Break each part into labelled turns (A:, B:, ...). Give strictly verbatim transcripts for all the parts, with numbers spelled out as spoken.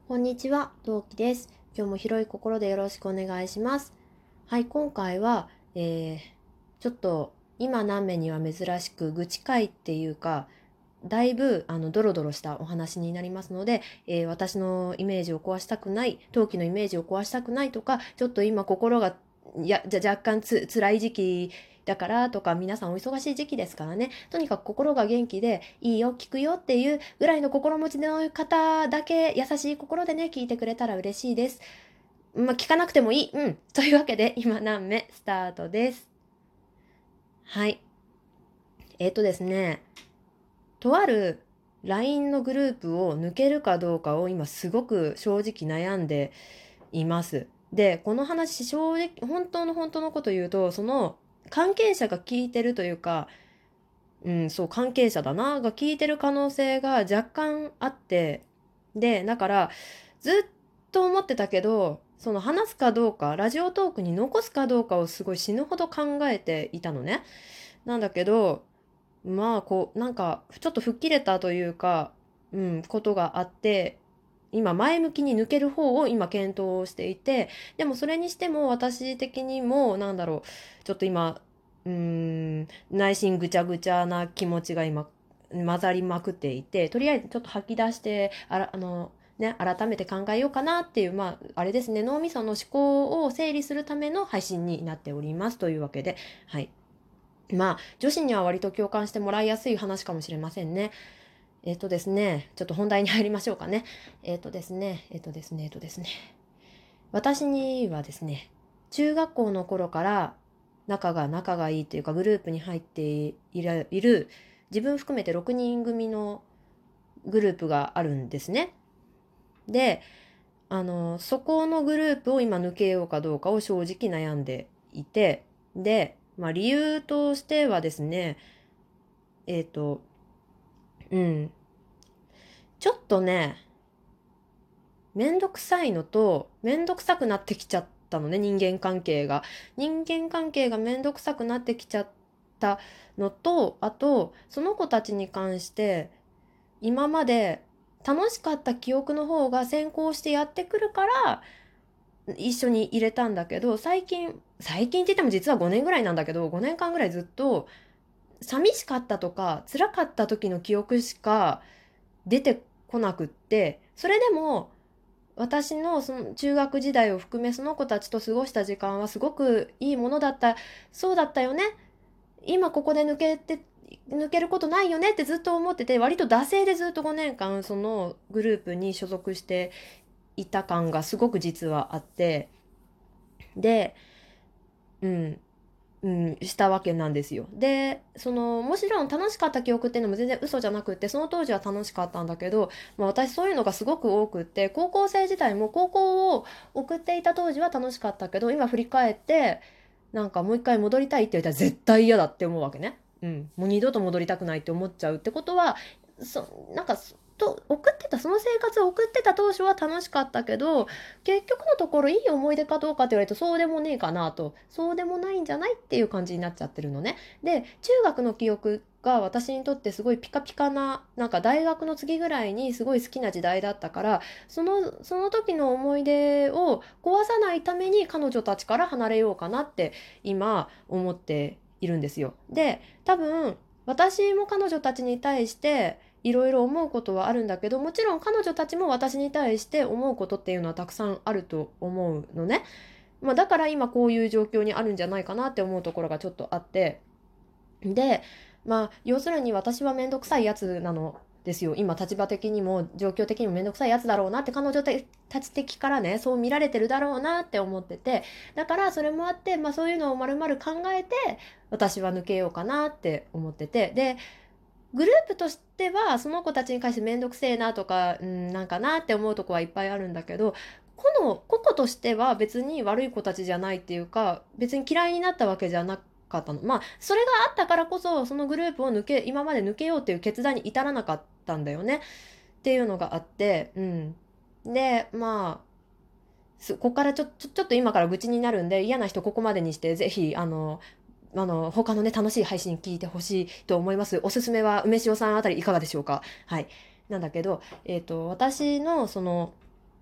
A: こんにちは、トウキです。今日も広い心でよろしくお願いします。はい、今回は、えー、ちょっと今何名には珍しく愚痴会っていうか、だいぶあのドロドロしたお話になりますので、えー私のイメージを壊したくない、陶器のイメージを壊したくないとか、ちょっと今心がいやじゃ若干つ辛い時期だからとか、皆さんお忙しい時期ですからね、とにかく心が元気でいいよ聞くよっていうぐらいの心持ちの方だけ、優しい心でね聞いてくれたら嬉しいです。まあ聞かなくてもいい。うんというわけで、今何目スタートです。はい。えっ、とですねとある ライン のグループを抜けるかどうかを今すごく正直悩んでいます。で、この話正直、本当の本当のこと言うと、その関係者が聞いてるというか、うん、そう、関係者だな、が聞いてる可能性が若干あって、で、だから、ずっと思ってたけど、その話すかどうか、ラジオトークに残すかどうかをすごい死ぬほど考えていたのね。なんだけど、まあこうなんかちょっと吹っ切れたというか、うん、ことがあって、今前向きに抜ける方を今検討していて、でもそれにしても私的にもなんだろう、ちょっと今うーん内心ぐちゃぐちゃな気持ちが今混ざりまくっていて、とりあえずちょっと吐き出してあらあのね、改めて考えようかなっていう、まああれですね、脳みその思考を整理するための配信になっておりますというわけで、はい。まあ、女子には割と共感してもらいやすい話かもしれませんね。えっとですね、ちょっと本題に入りましょうかね。えっとですね、えっとですね、えっとですね。私にはですね、中学校の頃から仲が仲がいいというか、グループに入っている、いる自分含めてろくにん組のグループがあるんですね。で、あの、そこのグループを今抜けようかどうかを正直悩んでいて、で、まあ理由としてはですね、えっと、うん。ちょっとね、めんどくさいのと、めんどくさくなってきちゃったのね、人間関係が。人間関係がめんどくさくなってきちゃったのと、あと、その子たちに関して、今まで楽しかった記憶の方が先行してやってくるから、一緒に入れたんだけど、最近、最近って言っても実はごねんぐらいなんだけど、ごねんかんぐらいずっと、寂しかったとか、辛かった時の記憶しか、出てこなくって、それでも私のその中学時代を含めその子たちと過ごした時間はすごくいいものだった、そうだったよね、今ここで抜けて抜けることないよねってずっと思ってて、割と惰性でずっとごねんかんそのグループに所属していた感がすごく実はあって、で、うんうん、したわけなんですよ。で、その、もちろん楽しかった記憶っていうのも全然嘘じゃなくって、その当時は楽しかったんだけど、まあ、私そういうのがすごく多くって、高校生時代も高校を送っていた当時は楽しかったけど、今振り返って、なんかもう一回戻りたいって言ったら絶対嫌だって思うわけね。うん。もう二度と戻りたくないって思っちゃうってことは、そ、なんか、と送ってたその生活を送ってた当初は楽しかったけど、結局のところいい思い出かどうかって言われるとそうでもねえかなと、そうでもないんじゃないっていう感じになっちゃってるのね。で、中学の記憶が私にとってすごいピカピカな、なんか大学の次ぐらいにすごい好きな時代だったから、そのその時の思い出を壊さないために彼女たちから離れようかなって今思っているんですよ。で、多分私も彼女たちに対していろいろ思うことはあるんだけど、もちろん彼女たちも私に対して思うことっていうのはたくさんあると思うのね。まあ、だから今こういう状況にあるんじゃないかなって思うところがちょっとあって、で、まあ要するに私は面倒くさいやつなのですよ。今立場的にも状況的にも面倒くさいやつだろうなって、彼女たち的からねそう見られてるだろうなって思ってて、だからそれもあって、まあ、そういうのをまるまる考えて私は抜けようかなって思ってて、でグループとしてはその子たちに関して面倒くせえなとか、うん、なんかなって思うとこはいっぱいあるんだけど、この個々としては別に悪い子たちじゃないっていうか、別に嫌いになったわけじゃなかったの。まあそれがあったからこそそのグループを抜け今まで抜けようっていう決断に至らなかったんだよねっていうのがあって、うん。で、まあすここからちょちょちょっと今から愚痴になるんで、嫌な人ここまでにしてぜひあのあの他のね楽しい配信聞いてほしいと思います。おすすめは梅塩さんあたりいかがでしょうか。はい。なんだけど、えっと私のその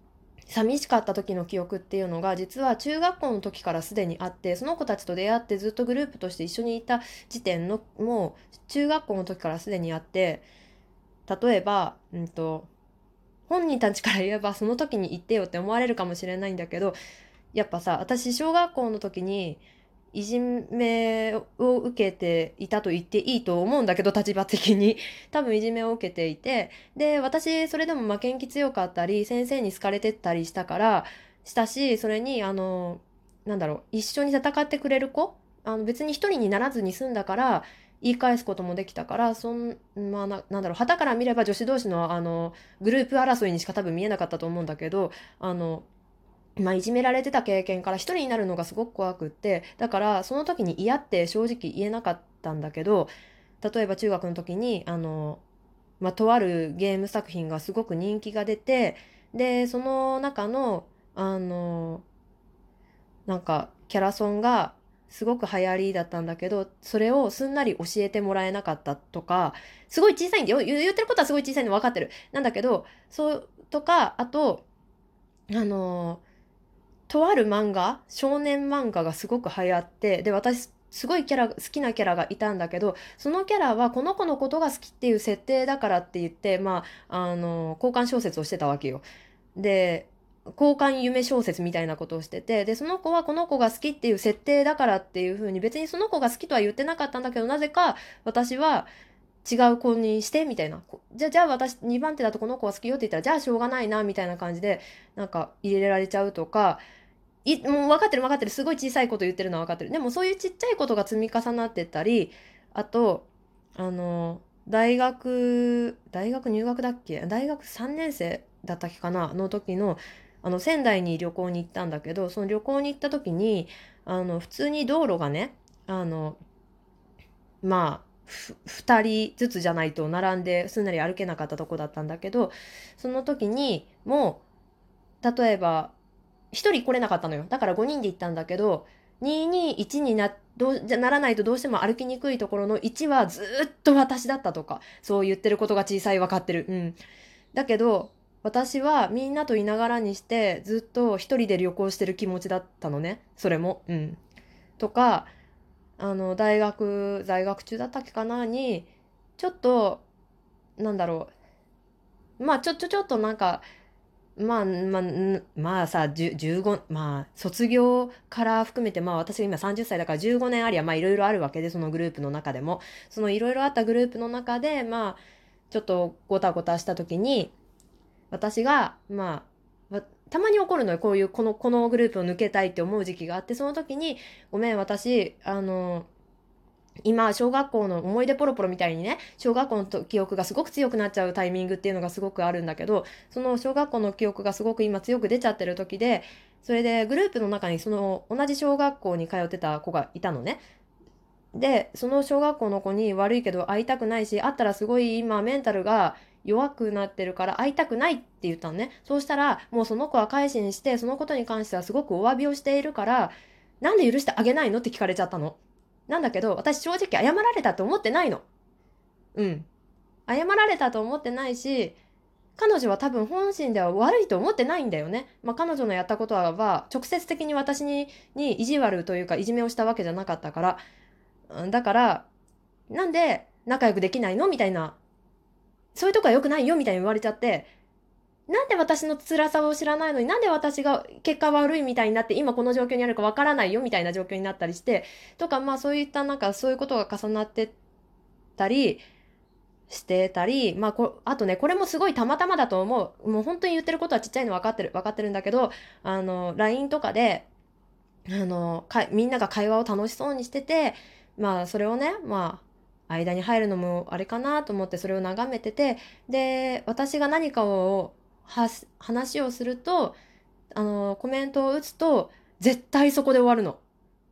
A: 寂しかった時の記憶っていうのが実は中学校の時からすでにあって、その子たちと出会ってずっとグループとして一緒にいた時点のもう中学校の時からすでにあって、例えば、うんと、本人たちから言えばその時に言ってよって思われるかもしれないんだけど、やっぱさ、私小学校の時にいじめを受けていたと言っていいと思うんだけど、立場的に多分いじめを受けていて、で私それでも負けん気強かったり先生に好かれてったりしたからしたし、それにあのなんだろう、一緒に戦ってくれる子、あの別に一人にならずに済んだから言い返すこともできたから、そんまあな、なんだろう、傍から見れば女子同士のあのグループ争いにしか多分見えなかったと思うんだけど、あのまあ、いじめられてた経験から一人になるのがすごく怖くって、だからその時に嫌って正直言えなかったんだけど、例えば中学の時にあの、まあ、とあるゲーム作品がすごく人気が出て、でその中のあのなんかキャラソンがすごく流行りだったんだけど、それをすんなり教えてもらえなかったとか、すごい小さいんだよ、言言ってることはすごい小さいの分かってる、なんだけど、そうとか、あとあのとある漫画、少年漫画がすごく流行って、で、私、すごいキャラ、好きなキャラがいたんだけど、そのキャラはこの子のことが好きっていう設定だからって言って、まあ、あの、交換小説をしてたわけよ。で、交換夢小説みたいなことをしてて、で、その子はこの子が好きっていう設定だからっていう風に、別にその子が好きとは言ってなかったんだけど、なぜか私は違う子にしてみたいな。じゃあ、じゃあ私にばん手だとこの子は好きよって言ったら、じゃあしょうがないな、みたいな感じで、なんか入れられちゃうとか、い、もう分かってる分かってる。すごい小さいこと言ってるのは分かってる。でもそういうちっちゃいことが積み重なってったり、あと、あの、大学、大学入学だっけ、大学さんねん生だったっけかなの時の、あの、仙台に旅行に行ったんだけど、その旅行に行った時に、あの、普通に道路がね、あの、まあ、ふふたりずつじゃないと並んですんなり歩けなかったとこだったんだけど、その時にもう、例えば、ひとり来れなかったのよ。だからごにんで行ったんだけど、ににいちにな、どう、じゃならないとどうしても歩きにくいところのいちはずーっと私だったとか、そう言ってることが小さい、分かってる。うん。だけど、私はみんなといながらにしてずっと一人で旅行してる気持ちだったのね。それも。うん。とか、あの、大学、在学中だったっけかなに、ちょっと、なんだろう。まあ、ちょ、ちょ、ちょっとなんか、まあ、まあ、んまあさ、じゅじゅうご、まあ、卒業から含めて、まあ私が今さんじゅっさいだからじゅうごねんありゃ、まあいろいろあるわけで、そのグループの中でも。そのいろいろあったグループの中で、まあ、ちょっとごたごたした時に、私が、まあ、わたまに起こるのよ。こういう、この、このグループを抜けたいって思う時期があって、その時に、ごめん、私、あの、今小学校の思い出ポロポロみたいにね、小学校のと記憶がすごく強くなっちゃうタイミングっていうのがすごくあるんだけど、その小学校の記憶がすごく今強く出ちゃってる時で、それでグループの中にその同じ小学校に通ってた子がいたのね。でその小学校の子に、悪いけど会いたくないし、会ったらすごい今メンタルが弱くなってるから会いたくないって言ったのね。そうしたら、もうその子は改心して、そのことに関してはすごくお詫びをしているから、なんで許してあげないのって聞かれちゃったの。なんだけど、私正直謝られたと思ってないの。うん。謝られたと思ってないし、彼女は多分本心では悪いと思ってないんだよね。まあ彼女のやったことは直接的に私に、に意地悪というかいじめをしたわけじゃなかったから。うん、だから、なんで仲良くできないのみたいな。そういうとこは良くないよみたいに言われちゃって、なんで私の辛さを知らないのに、なんで私が結果悪いみたいになって今この状況にあるかわからないよみたいな状況になったりして、とか、まあそういったなんかそういうことが重なってたりしてたり、まあこあとね、これもすごいたまたまだと思う。もう本当に言ってることはちっちゃいの分かってる分かってるんだけど、あの ライン とかであのかみんなが会話を楽しそうにしてて、まあそれをね、まあ間に入るのもあれかなと思ってそれを眺めてて、で私が何かをは話をすると、あのコメントを打つと絶対そこで終わるの。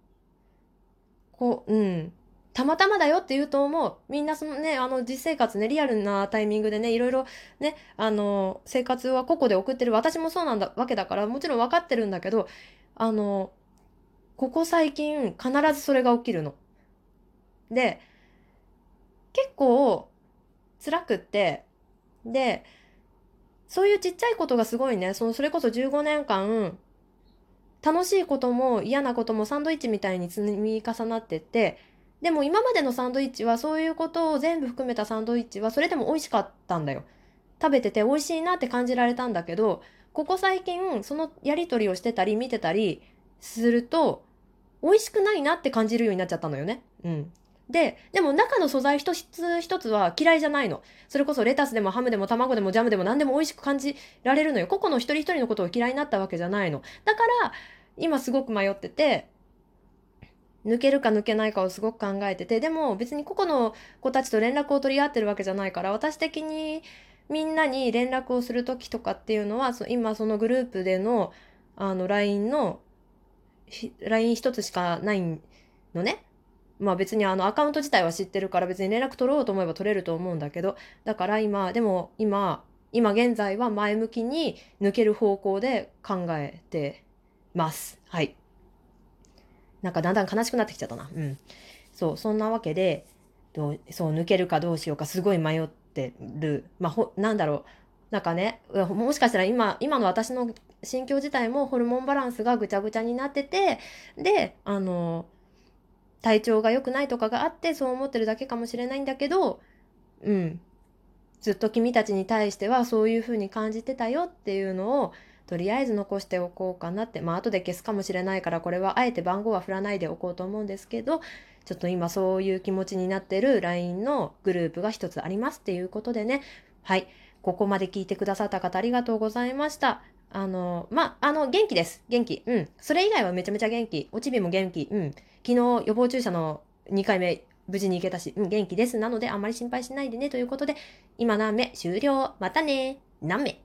A: こう、うん。たまたまだよって言うと思う。みんなそのね、あの実生活ね、リアルなタイミングでね、いろいろね、あの、生活は個々で送ってる。私もそうなんだ、わけだから、もちろん分かってるんだけど、あの、ここ最近必ずそれが起きるの。で、結構辛くって、で、 そういうちっちゃいことがすごいね、そのそれこそじゅうごねんかん、楽しいことも嫌なこともサンドイッチみたいに積み重なってって、でも今までのサンドイッチはそういうことを全部含めたサンドイッチはそれでも美味しかったんだよ。食べてて美味しいなって感じられたんだけど、ここ最近そのやり取りをしてたり見てたりすると美味しくないなって感じるようになっちゃったのよね。うん。で、でも中の素材一つ一つは嫌いじゃないの。それこそレタスでもハムでも卵でもジャムでも何でも美味しく感じられるのよ。個々の一人一人のことを嫌いになったわけじゃないの。だから今すごく迷ってて、抜けるか抜けないかをすごく考えてて、でも別に個々の子たちと連絡を取り合ってるわけじゃないから、私的にみんなに連絡をする時とかっていうのは、そ今そのグループでのあの ライン の ライン 一つしかないのね。まあ別にあのアカウント自体は知ってるから別に連絡取ろうと思えば取れると思うんだけど、だから今、でも今、今現在は前向きに抜ける方向で考えてます。はい。なんかだんだん悲しくなってきちゃったな。うん。そう、そんなわけで、どう、そう、抜けるかどうしようかすごい迷ってる。まあ、ほ、なんだろう。なんかね、もしかしたら今、今の私の心境自体もホルモンバランスがぐちゃぐちゃになってて、で、あの、体調が良くないとかがあってそう思ってるだけかもしれないんだけど、うん。ずっと君たちに対してはそういう風に感じてたよっていうのをとりあえず残しておこうかなって、まあ後で消すかもしれないからこれはあえて番号は振らないでおこうと思うんですけど、ちょっと今そういう気持ちになってる ライン のグループが一つありますっていうことでね。はい、ここまで聞いてくださった方ありがとうございました。あのまああの元気です、元気。うん、それ以外はめちゃめちゃ元気。おちびも元気。うん、昨日予防注射のにかいめ無事に行けたし、うん、元気です。なのであんまり心配しないでねということで、今何目終了。またね。何目